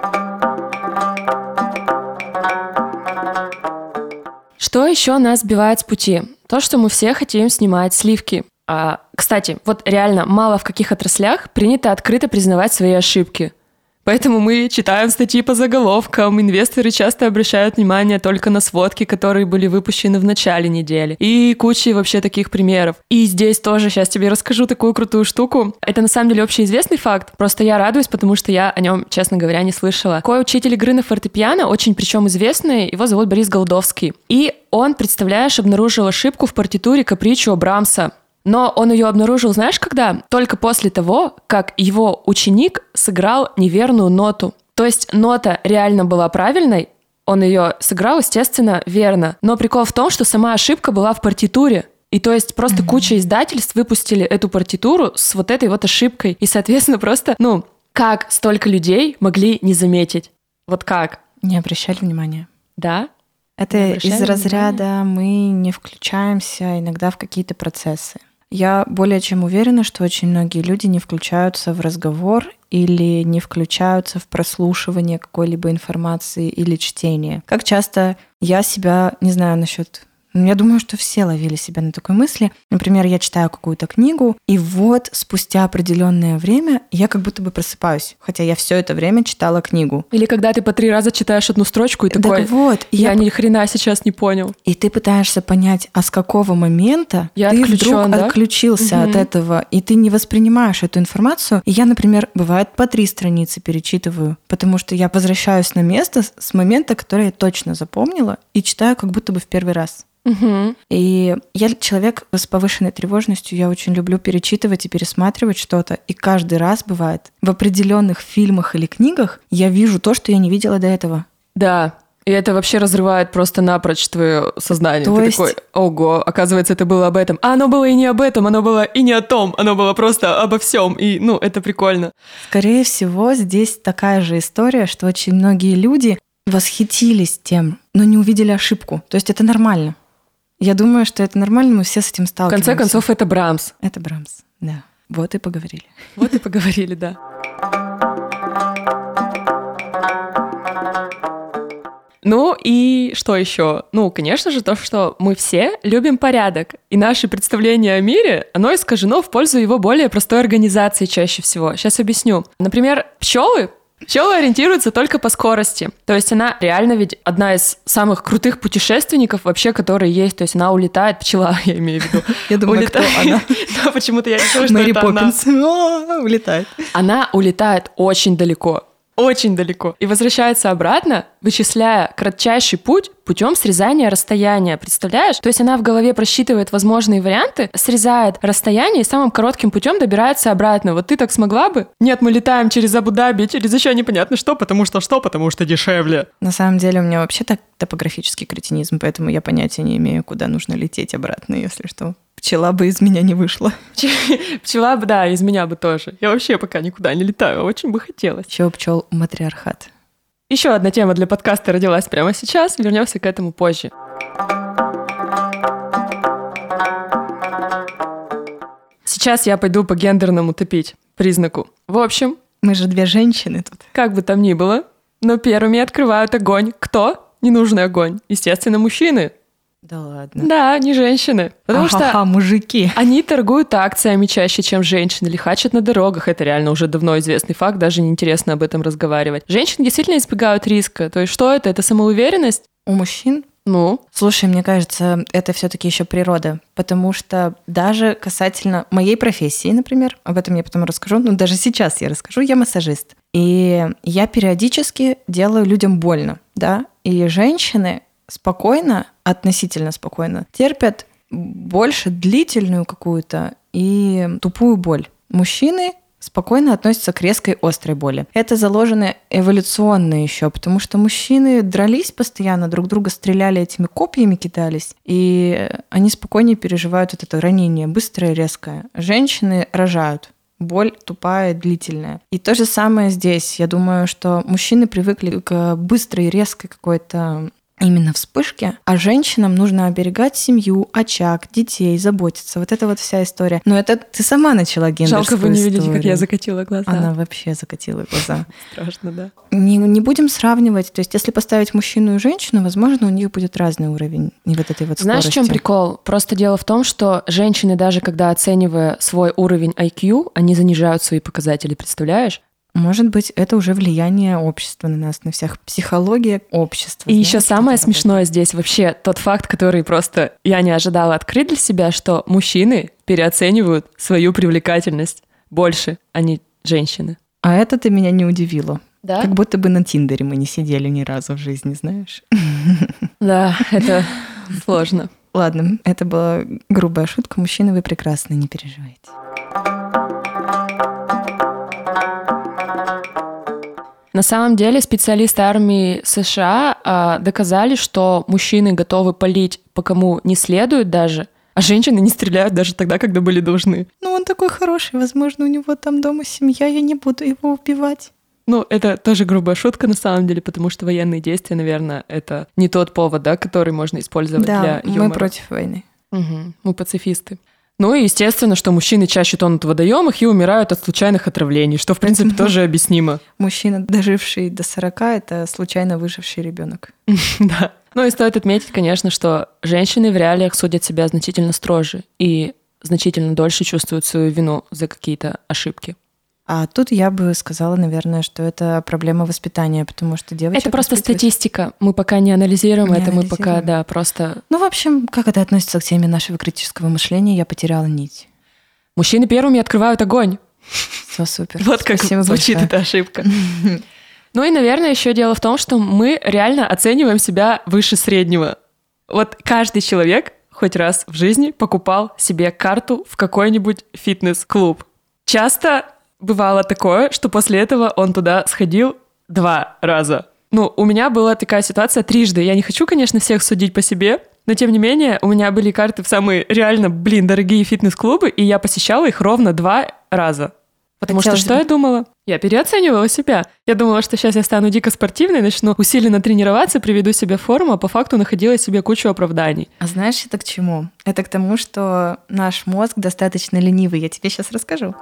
Что еще нас сбивает с пути? То, что мы все хотим снимать сливки. Кстати, вот реально мало в каких отраслях принято открыто признавать свои ошибки. Поэтому мы читаем статьи по заголовкам, инвесторы часто обращают внимание только на сводки, которые были выпущены в начале недели. И куча вообще таких примеров. И здесь тоже сейчас тебе расскажу такую крутую штуку. Это на самом деле общеизвестный факт, просто я радуюсь, потому что я о нем, честно говоря, не слышала. Такой учитель игры на фортепиано, очень причем известный, его зовут Борис Голдовский. И он, представляешь, обнаружил ошибку в партитуре капричо Брамса. Но он ее обнаружил, знаешь, когда? Только после того, как его ученик сыграл неверную ноту. То есть нота реально была правильной, он ее сыграл, естественно, верно. Но прикол в том, что сама ошибка была в партитуре. И то есть просто куча издательств выпустили эту партитуру с вот этой вот ошибкой. И, соответственно, просто, как столько людей могли не заметить? Вот как? Не обращали внимания. Да? Это из разряда мы не включаемся иногда в какие-то процессы. Я более чем уверена, что очень многие люди не включаются в разговор или не включаются в прослушивание какой-либо информации или чтение. Как часто я себя, не знаю насчет... Я думаю, что все ловили себя на такой мысли. Например, я читаю какую-то книгу, и вот спустя определенное время я как будто бы просыпаюсь, хотя я все это время читала книгу. Или когда ты по 3 раза читаешь одну строчку и такой, так вот, я ни хрена сейчас не понял. И ты пытаешься понять, а с какого момента ты вдруг отключился от этого, и ты не воспринимаешь эту информацию. И я, например, бывает по 3 страницы перечитываю, потому что я возвращаюсь на место с момента, который я точно запомнила, и читаю как будто бы в первый раз. И я человек с повышенной тревожностью, я очень люблю перечитывать и пересматривать что-то, и каждый раз бывает в определенных фильмах или книгах я вижу то, что я не видела до этого. Да, и это вообще разрывает просто напрочь твое сознание. Ты такой, ого, оказывается, это было об этом. А оно было и не об этом, оно было и не о том, оно было просто обо всем. И, это прикольно. Скорее всего, здесь такая же история, что очень многие люди восхитились тем, но не увидели ошибку. То есть это нормально. Я думаю, что это нормально, мы все с этим сталкиваемся. В конце концов, это Брамс. Это Брамс, да. Вот и поговорили. Вот и поговорили, да. Ну и что еще? Конечно же, то, что мы все любим порядок. И наше представление о мире, оно искажено в пользу его более простой организации чаще всего. Сейчас объясню. Например, пчелы ориентируются только по скорости. То есть она реально ведь одна из самых крутых путешественников вообще, которые есть. То есть она улетает, пчела, я имею в виду. Я думаю, кто она? Да, почему-то я решила, что Мэри это Поппинс. Улетает. Она улетает очень далеко. Очень далеко. И возвращается обратно, вычисляя кратчайший путь путем срезания расстояния. Представляешь? То есть она в голове просчитывает возможные варианты, срезает расстояние и самым коротким путем добирается обратно. Вот ты так смогла бы? Нет, мы летаем через Абу-Даби, через еще непонятно что, потому что дешевле. На самом деле у меня вообще так топографический кретинизм, поэтому я понятия не имею, куда нужно лететь обратно, если что. Пчела бы из меня не вышла. Пчела бы, да, из меня бы тоже. Я вообще пока никуда не летаю, очень бы хотелось. Еще у пчел матриархат. Еще одна тема для подкаста родилась прямо сейчас. Вернемся к этому позже. Сейчас я пойду по гендерному топить признаку. В общем... Мы же 2 женщины тут. Как бы там ни было, но первыми открывают огонь. Кто? Ненужный огонь. Естественно, мужчины. Да ладно. Да, не женщины. Потому что мужики. Они торгуют акциями чаще, чем женщины, лихачат на дорогах. Это реально уже давно известный факт, даже неинтересно об этом разговаривать. Женщины действительно избегают риска. То есть что это? Это самоуверенность? У мужчин? Слушай, мне кажется, это все-таки еще природа, потому что даже касательно моей профессии, например, об этом я потом расскажу, даже сейчас я расскажу, я массажист. И я периодически делаю людям больно, да, и женщины спокойно, относительно спокойно, терпят больше длительную какую-то и тупую боль. Мужчины спокойно относятся к резкой острой боли. Это заложено эволюционно еще, потому что мужчины дрались постоянно, друг друга стреляли этими копьями, кидались, и они спокойнее переживают вот это ранение, быстрое, резкое. Женщины рожают. Боль тупая, длительная. И то же самое здесь. Я думаю, что мужчины привыкли к быстрой, резкой какой-то именно вспышки, а женщинам нужно оберегать семью, очаг, детей, заботиться. Вот это вот вся история. Но это ты сама начала гендерскую историю. Жалко, вы не видите, как я закатила глаза. Она вообще закатила глаза. Страшно, да. Не будем сравнивать. То есть если поставить мужчину и женщину, возможно, у них будет разный уровень вот этой вот скорости. Знаешь, в чем прикол? Просто дело в том, что женщины, даже когда оценивая свой уровень IQ, они занижают свои показатели, представляешь? Может быть, это уже влияние общества на нас, на всех. Психология общества. И еще самое смешное здесь вообще тот факт, который просто я не ожидала открыть для себя, что мужчины переоценивают свою привлекательность больше, а не женщины. А это ты меня не удивило. Да? Как будто бы на Тиндере мы не сидели ни разу в жизни, знаешь? Да, это сложно. Ладно, это была грубая шутка. Мужчины, вы прекрасны, не переживайте. На самом деле специалисты армии США доказали, что мужчины готовы палить по кому не следует даже, а женщины не стреляют даже тогда, когда были должны. Ну, он такой хороший, возможно, у него там дома семья, я не буду его убивать. Ну, это тоже грубая шутка на самом деле, потому что военные действия, наверное, это не тот повод, да, который можно использовать для юмора. Да, мы против войны. Угу, мы пацифисты. Ну и естественно, что мужчины чаще тонут в водоемах и умирают от случайных отравлений, что, в принципе, тоже объяснимо. Мужчина, доживший до 40, это случайно выживший ребенок. Да. Ну и стоит отметить, конечно, что женщины в реалиях судят себя значительно строже и значительно дольше чувствуют свою вину за какие-то ошибки. А тут я бы сказала, наверное, что это проблема воспитания, потому что девочек... Это просто статистика. Мы пока не анализируем это, мы пока, да, просто... Ну, в общем, как это относится к теме нашего критического мышления, я потеряла нить. Мужчины первыми открывают огонь. Все супер. Вот как звучит эта ошибка. Ну и, наверное, еще дело в том, что мы реально оцениваем себя выше среднего. Вот каждый человек хоть раз в жизни покупал себе карту в какой-нибудь фитнес-клуб. Часто бывало такое, что после этого он туда сходил 2 раза. Ну, у меня была такая ситуация трижды. Я не хочу, конечно, всех судить по себе, но, тем не менее, у меня были карты в самые реально, дорогие фитнес-клубы, и я посещала их ровно 2 раза. Потому что я думала? Я переоценивала себя. Я думала, что сейчас я стану дико спортивной, начну усиленно тренироваться, приведу себя в форму, а по факту находила себе кучу оправданий. А знаешь, это к чему? Это к тому, что наш мозг достаточно ленивый. Я тебе сейчас расскажу.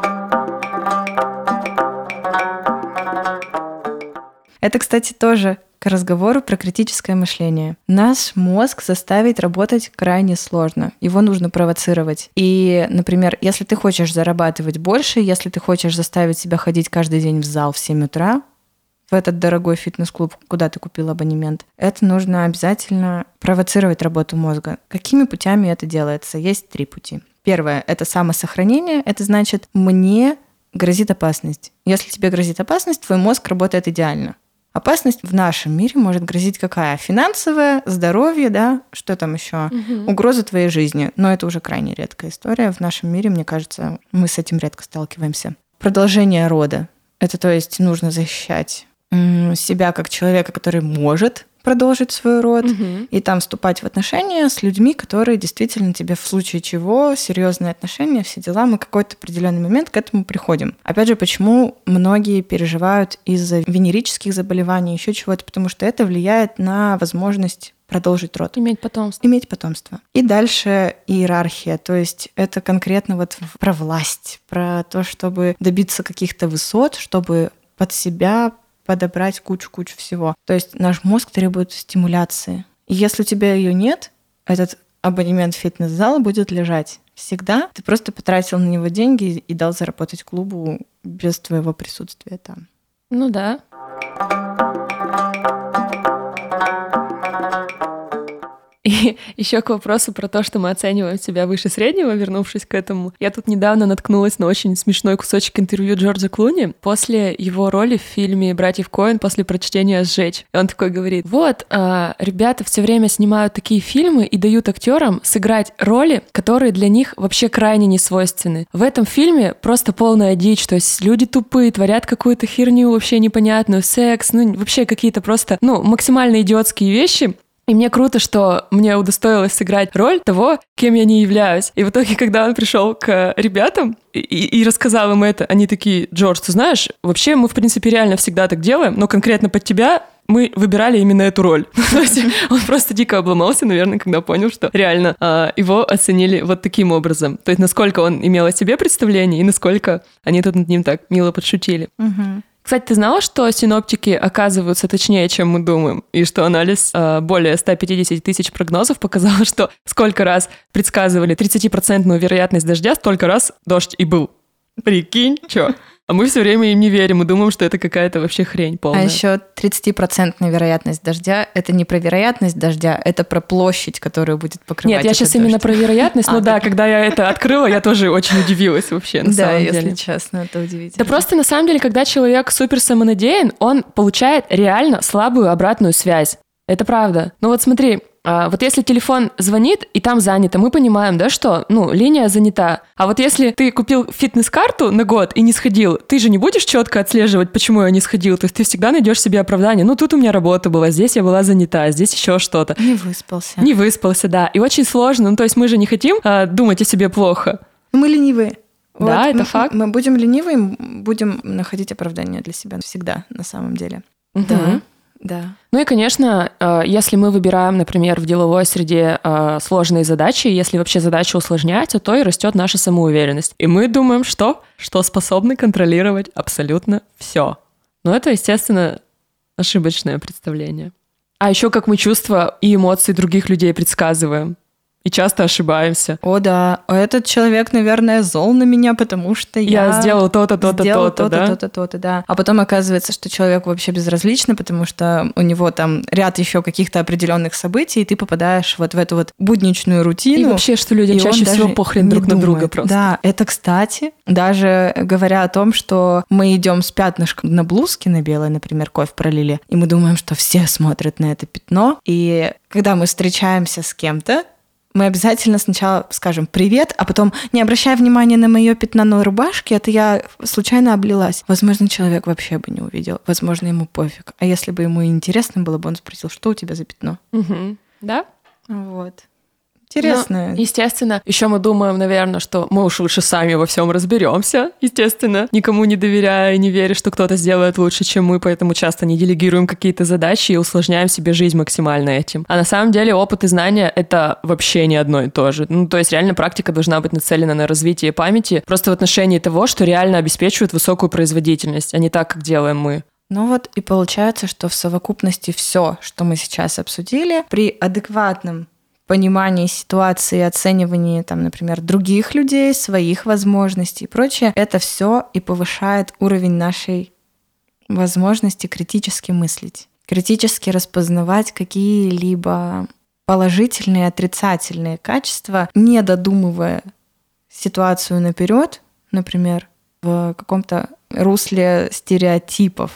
Это, кстати, тоже к разговору про критическое мышление. Наш мозг заставить работать крайне сложно. Его нужно провоцировать. И, например, если ты хочешь зарабатывать больше, если ты хочешь заставить себя ходить каждый день в зал в 7 утра, в этот дорогой фитнес-клуб, куда ты купил абонемент, это нужно обязательно провоцировать работу мозга. Какими путями это делается? Есть 3 пути. Первое — это самосохранение. Это значит, мне грозит опасность. Если тебе грозит опасность, твой мозг работает идеально. Опасность в нашем мире может грозить какая? Финансовая, здоровье, да, что там еще? Угроза твоей жизни. Но это уже крайне редкая история. В нашем мире, мне кажется, мы с этим редко сталкиваемся. Продолжение рода. Это, то есть, нужно защищать себя как человека, который может продолжить свой род, и там вступать в отношения с людьми, которые действительно тебе в случае чего, серьезные отношения, все дела, мы какой-то определенный момент к этому приходим. Опять же, почему многие переживают из-за венерических заболеваний, еще чего-то, потому что это влияет на возможность продолжить род. Иметь потомство. И дальше иерархия, то есть это конкретно вот про власть, про то, чтобы добиться каких-то высот, чтобы под себя подобрать кучу всего. То есть наш мозг требует стимуляции. И если у тебя ее нет, этот абонемент в фитнес-зал будет лежать всегда. Ты просто потратил на него деньги и дал заработать клубу без твоего присутствия там. Ну да. И еще к вопросу про то, что мы оцениваем себя выше среднего, вернувшись к этому. Я тут недавно наткнулась на очень смешной кусочек интервью Джорджа Клуни после его роли в фильме «Братьев Коэн» после прочтения «Сжечь». И он такой говорит: вот, ребята все время снимают такие фильмы и дают актерам сыграть роли, которые для них вообще крайне не свойственны. В этом фильме просто полная дичь, то есть люди тупые, творят какую-то херню вообще непонятную, секс, вообще какие-то просто, максимально идиотские вещи. И мне круто, что мне удостоилось сыграть роль того, кем я не являюсь. И в итоге, когда он пришел к ребятам и рассказал им это, они такие: Джордж, ты знаешь, вообще мы, в принципе, реально всегда так делаем, но конкретно под тебя мы выбирали именно эту роль. То есть он просто дико обломался, наверное, когда понял, что реально его оценили вот таким образом. То есть насколько он имел о себе представление и насколько они тут над ним так мило подшутили. Кстати, ты знала, что синоптики оказываются точнее, чем мы думаем, и что анализ более 150 тысяч прогнозов показал, что сколько раз предсказывали 30% вероятность дождя, столько раз дождь и был. Прикинь, чё? А мы все время им не верим и думаем, что это какая-то вообще хрень полная. А еще 30% вероятность дождя — это не про вероятность дождя, это про площадь, которую будет покрывать. Нет, я сейчас именно про вероятность, но да, когда я это открыла, я тоже очень удивилась вообще, на самом деле. Да, если честно, это удивительно. Да просто на самом деле, когда человек супер самонадеян, он получает реально слабую обратную связь. Это правда. Ну вот смотри, вот если телефон звонит, и там занято, мы понимаем, да, что, линия занята. А вот если ты купил фитнес-карту на год и не сходил, ты же не будешь четко отслеживать, почему я не сходил. То есть ты всегда найдешь себе оправдание. Тут у меня работа была, здесь я была занята, здесь еще что-то. Не выспался. Не выспался, да. И очень сложно. То есть мы же не хотим думать о себе плохо. Мы ленивые. Да, это факт. Мы будем ленивые, будем находить оправдание для себя всегда, на самом деле. Да. Да. Ну и, конечно, если мы выбираем, например, в деловой среде сложные задачи, если вообще задача усложняется, то и растет наша самоуверенность. И мы думаем, что способны контролировать абсолютно все. Но это, естественно, ошибочное представление. А еще как мы чувства и эмоции других людей предсказываем. И часто ошибаемся. О, да. А этот человек, наверное, зол на меня, потому что я сделал то-то, то-то, то-то, да? то-то, то-то, да. А потом оказывается, что человеку вообще безразлично, потому что у него там ряд еще каких-то определенных событий, и ты попадаешь вот в эту вот будничную рутину. И вообще, что людям чаще всего похрен друг на друга просто. Да, это, кстати, даже говоря о том, что мы идем с пятнышком на блузке на белой, например, кофе пролили, и мы думаем, что все смотрят на это пятно, и когда мы встречаемся с кем-то, мы обязательно сначала скажем «привет», а потом, не обращая внимания на мое пятно на рубашке, это я случайно облилась. Возможно, человек вообще бы не увидел. Возможно, ему пофиг. А если бы ему интересно было бы, он спросил, что у тебя за пятно? Да? Вот. Интересно. Естественно, еще мы думаем, наверное, что мы уж лучше сами во всем разберемся, естественно, никому не доверяя и не веря, что кто-то сделает лучше, чем мы, поэтому часто не делегируем какие-то задачи и усложняем себе жизнь максимально этим. А на самом деле опыт и знания — это вообще не одно и то же. То есть реально практика должна быть нацелена на развитие памяти просто в отношении того, что реально обеспечивает высокую производительность, а не так, как делаем мы. Ну вот и получается, что в совокупности все, что мы сейчас обсудили, при адекватном понимании ситуации, оценивании, там, например, других людей, своих возможностей и прочее, это все и повышает уровень нашей возможности критически мыслить, критически распознавать какие-либо положительные, отрицательные качества, не додумывая ситуацию наперед, например, в каком-то русле стереотипов.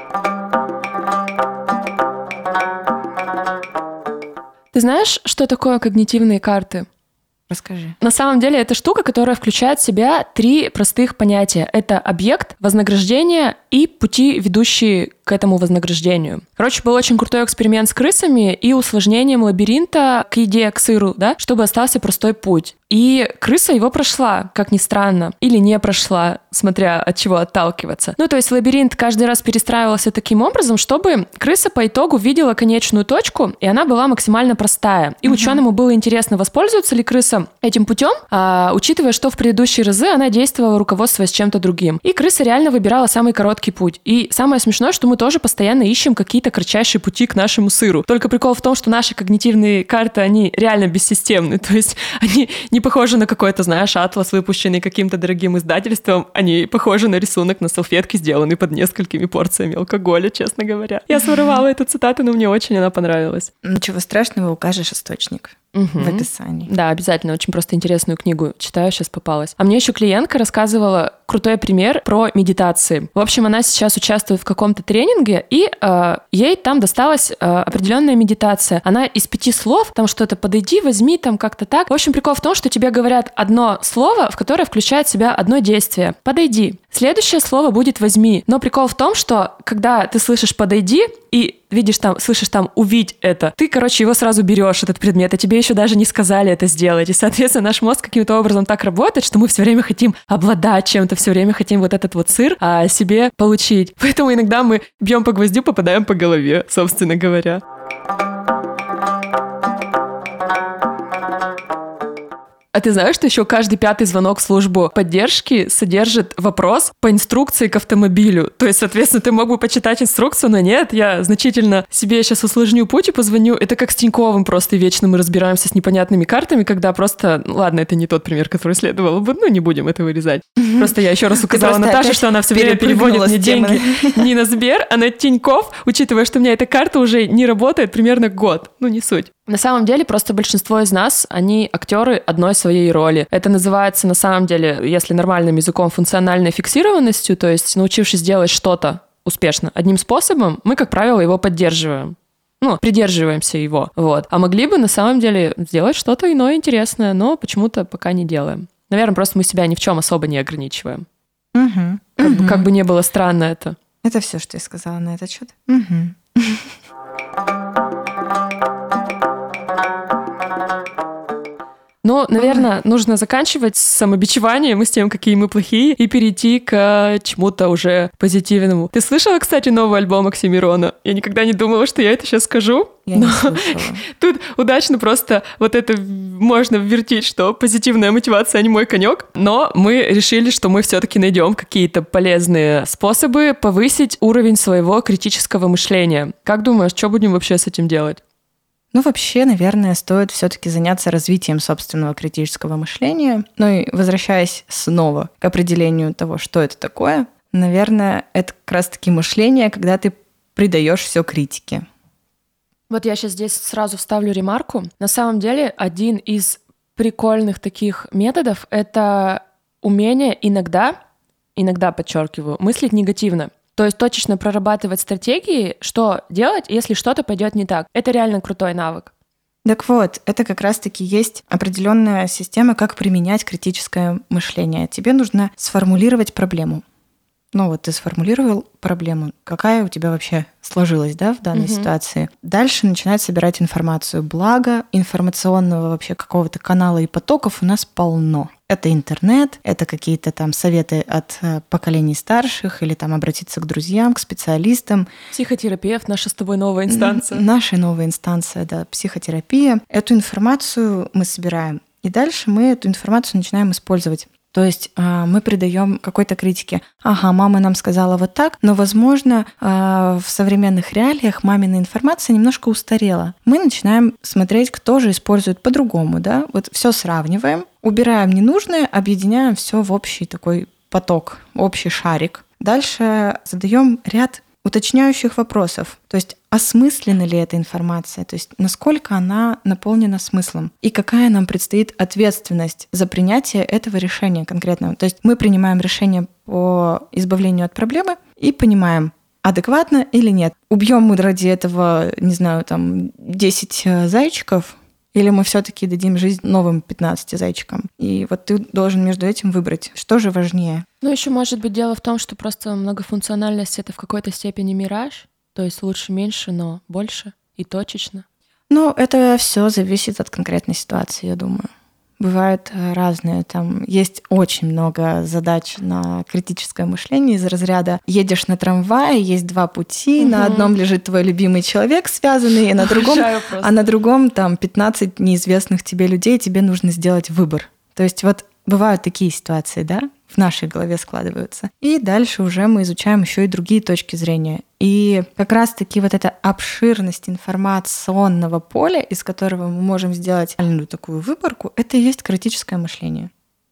Ты знаешь, что такое когнитивные карты? Расскажи. На самом деле это штука, которая включает в себя 3 простых понятия. Это объект, вознаграждение и пути, ведущие к этому вознаграждению. Короче, был очень крутой эксперимент с крысами и усложнением лабиринта к еде, к сыру, да, чтобы остался простой путь. И крыса его прошла, как ни странно, или не прошла, смотря от чего отталкиваться. То есть лабиринт каждый раз перестраивался таким образом, чтобы крыса по итогу видела конечную точку, и она была максимально простая. И ученому было интересно, воспользуется ли крыса этим путем, учитывая, что в предыдущие разы она действовала, руководствуясь чем-то другим. И крыса реально выбирала самый короткий путь. И самое смешное, что мы тоже постоянно ищем какие-то кратчайшие пути к нашему сыру. Только прикол в том, что наши когнитивные карты, они реально бессистемны. То есть они не похожи на какой-то, знаешь, атлас, выпущенный каким-то дорогим издательством. Они похожи на рисунок на салфетке, сделанный под несколькими порциями алкоголя, честно говоря. Я своровала эту цитату, но мне очень она понравилась. Ничего страшного, укажешь источник в описании. Да, обязательно. Очень просто интересную книгу читаю, сейчас попалась. А мне еще клиентка рассказывала крутой пример про медитации. В общем, она сейчас участвует в каком-то тренинге, и ей там досталась определенная медитация. Она из 5 слов, там что-то «подойди», «возьми», там как-то так. В общем, прикол в том, что тебе говорят одно слово, в которое включает в себя одно действие. «Подойди». Следующее слово будет «возьми». Но прикол в том, что когда ты слышишь «подойди» и видишь там, слышишь там «увидь это», ты, его сразу берешь, этот предмет, а тебе еще даже не сказали это сделать. И, соответственно, наш мозг каким-то образом так работает, что мы все время хотим обладать чем-то, все время хотим вот этот вот сыр себе получить. Поэтому иногда мы бьем по гвоздю, попадаем по голове, собственно говоря. А ты знаешь, что еще каждый 5-й звонок в службу поддержки содержит вопрос по инструкции к автомобилю? То есть, соответственно, ты мог бы почитать инструкцию, но нет, я значительно себе сейчас усложню путь и позвоню. Это как с Тиньковым просто вечно мы разбираемся с непонятными картами, когда просто... Ладно, это не тот пример, который следовало бы, не будем это вырезать. Просто я еще раз указала Наташе, что она все время переводит мне деньги не на Сбер, а на Тинькофф, учитывая, что у меня эта карта уже не работает примерно год. Не суть. На самом деле, просто большинство из нас, они актеры одной своей роли. Это называется, на самом деле, если нормальным языком, функциональной фиксированностью, то есть научившись делать что-то успешно одним способом, мы, как правило, его поддерживаем. Придерживаемся его. Вот. А могли бы, на самом деле, сделать что-то иное интересное, но почему-то пока не делаем. Наверное, просто мы себя ни в чем особо не ограничиваем. Как бы не было странно это. Это все, что я сказала на этот счет. Наверное, нужно заканчивать с самобичеванием и с тем, какие мы плохие, и перейти к чему-то уже позитивному. Ты слышала, кстати, новый альбом Оксимирона? Я никогда не думала, что я это сейчас скажу. Я не слышала. Тут удачно просто вот это можно ввертить, что позитивная мотивация не мой конек. Но мы решили, что мы все-таки найдем какие-то полезные способы повысить уровень своего критического мышления. Как думаешь, что будем вообще с этим делать? Вообще, наверное, стоит все-таки заняться развитием собственного критического мышления. И возвращаясь снова к определению того, что это такое, наверное, это как раз-таки мышление, когда ты придаешь все критике. Вот я сейчас здесь сразу вставлю ремарку. На самом деле, один из прикольных таких методов — это умение иногда, подчеркиваю, мыслить негативно. То есть точечно прорабатывать стратегии, что делать, если что-то пойдет не так. Это реально крутой навык. Так вот, это как раз-таки есть определенная система, как применять критическое мышление. Тебе нужно сформулировать проблему. Ты сформулировал проблему. Какая у тебя вообще сложилась, в данной ситуации? Дальше начинать собирать информацию. Благо, информационного вообще какого-то канала и потоков у нас полно. Это интернет, это какие-то там советы от поколений старших или там обратиться к друзьям, к специалистам. Психотерапевт, наша с тобой новая инстанция. Наша новая инстанция, психотерапия. Эту информацию мы собираем. И дальше мы эту информацию начинаем использовать. То есть мы придаем какой-то критике. Мама нам сказала вот так, но, возможно, в современных реалиях мамина информация немножко устарела. Мы начинаем смотреть, кто же использует по-другому, все сравниваем, убираем ненужное, объединяем все в общий такой поток, общий шарик. Дальше задаем ряд уточняющих вопросов. То есть осмыслена ли эта информация, то есть насколько она наполнена смыслом и какая нам предстоит ответственность за принятие этого решения конкретного. То есть мы принимаем решение по избавлению от проблемы и понимаем, адекватно или нет. Убьем мы ради этого, 10 зайчиков, или мы все-таки дадим жизнь новым 15 зайчикам. И ты должен между этим выбрать, что же важнее. Еще может быть дело в том, что просто многофункциональность — это в какой-то степени мираж, то есть лучше меньше, но больше и точечно. Это все зависит от конкретной ситуации, я думаю. Бывают разные. Есть очень много задач на критическое мышление из разряда: едешь на трамвае, есть 2 пути, на одном лежит твой любимый человек связанный, а на другом 15 неизвестных тебе людей, тебе нужно сделать выбор. То есть бывают такие ситуации, в нашей голове складываются. И дальше уже мы изучаем еще и другие точки зрения. И как раз-таки эта обширность информационного поля, из которого мы можем сделать реальную такую выборку, это и есть критическое мышление.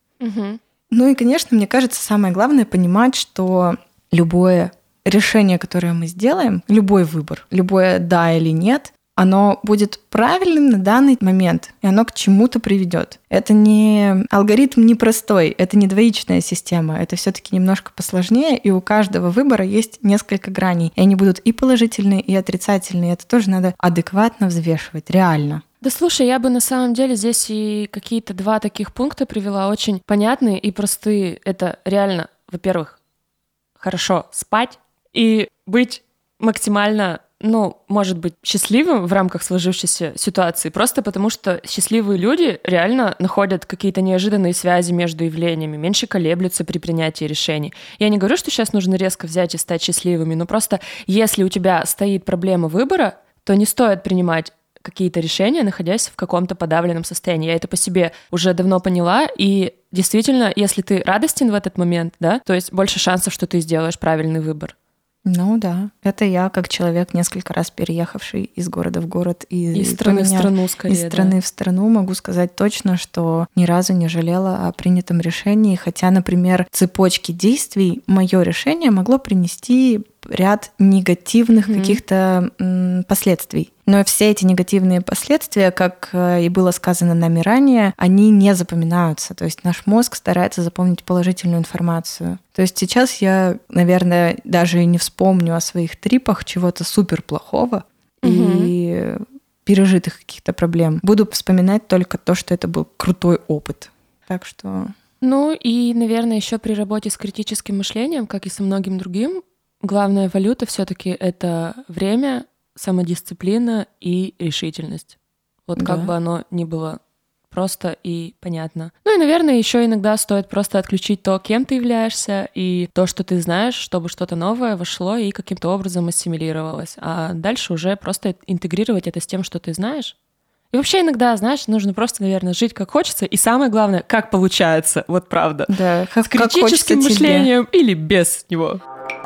И, конечно, мне кажется, самое главное понимать, что любое решение, которое мы сделаем, любой выбор, любое «да» или «нет», оно будет правильным на данный момент, и оно к чему-то приведет. Это не алгоритм непростой, это не двоичная система, это все-таки немножко посложнее, и у каждого выбора есть несколько граней, и они будут и положительные, и отрицательные. Это тоже надо адекватно взвешивать, реально. Да слушай, я бы на самом деле здесь и какие-то 2 таких пункта привела, очень понятные и простые. Это реально, во-первых, хорошо спать и быть максимально, может быть, счастливым в рамках сложившейся ситуации, просто потому что счастливые люди реально находят какие-то неожиданные связи между явлениями, меньше колеблются при принятии решений. Я не говорю, что сейчас нужно резко взять и стать счастливыми, но просто если у тебя стоит проблема выбора, то не стоит принимать какие-то решения, находясь в каком-то подавленном состоянии. Я это по себе уже давно поняла, и действительно, если ты радостен в этот момент, да, то есть больше шансов, что ты сделаешь правильный выбор. Ну да, это я, как человек, несколько раз переехавший из города в город и из страны в страну, скорее. Из страны в страну, могу сказать точно, что ни разу не жалела о принятом решении, хотя, например, цепочки действий мое решение могло принести ряд негативных каких-то последствий. Но все эти негативные последствия, как и было сказано нами ранее, они не запоминаются. То есть наш мозг старается запомнить положительную информацию. То есть сейчас я, наверное, даже и не вспомню о своих трипах чего-то супер плохого и пережитых каких-то проблем. Буду вспоминать только то, что это был крутой опыт. Так что... Ну и, наверное, еще при работе с критическим мышлением, как и со многим другим, главная валюта все-таки это время, самодисциплина и решительность. Вот как бы оно ни было просто и понятно. Ну и, наверное, еще иногда стоит просто отключить то, кем ты являешься, и то, что ты знаешь, чтобы что-то новое вошло и каким-то образом ассимилировалось. А дальше уже просто интегрировать это с тем, что ты знаешь. И вообще иногда, знаешь, нужно просто, наверное, жить как хочется, и самое главное, как получается, вот правда. Да, с критическим мышлением или без него.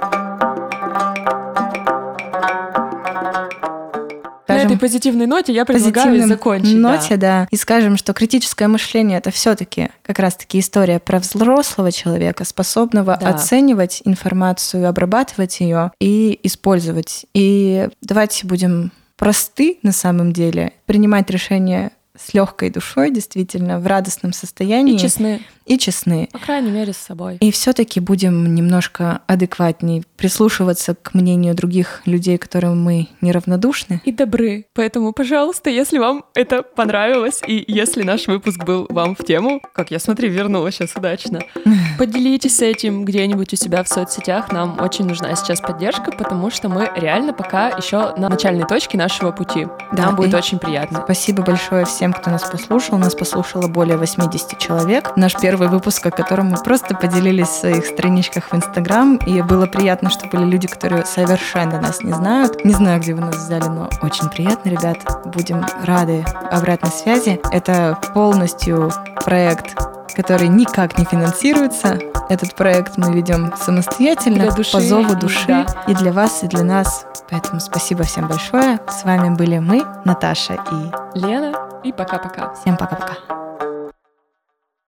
На этой позитивной ноте я предлагаю закончить. Да. И скажем, что критическое мышление — это все-таки как раз-таки история про взрослого человека, способного оценивать информацию, обрабатывать ее и использовать. И давайте будем просты на самом деле, принимать решения с легкой душой, действительно, в радостном состоянии. И честны. По крайней мере, с собой. И все-таки будем немножко адекватней прислушиваться к мнению других людей, которым мы неравнодушны. И добры. Поэтому, пожалуйста, если вам это понравилось, и если наш выпуск был вам в тему, как я, смотри, вернулась сейчас удачно, поделитесь этим где-нибудь у себя в соцсетях. Нам очень нужна сейчас поддержка, потому что мы реально пока еще на начальной точке нашего пути. Да, нам будет очень приятно. Спасибо большое всем, кто нас послушал. Нас послушало более 80 человек. Наш первый выпуск, о котором мы просто поделились в своих страничках в Инстаграм, и было приятно, что были люди, которые совершенно нас не знают. Не знаю, где вы нас взяли, но очень приятно, ребят. Будем рады обратной связи. Это полностью проект, который никак не финансируется. Этот проект мы ведем самостоятельно, по зову души, и для вас, и для нас. Поэтому спасибо всем большое. С вами были мы, Наташа и Лена. И пока-пока. Всем пока-пока.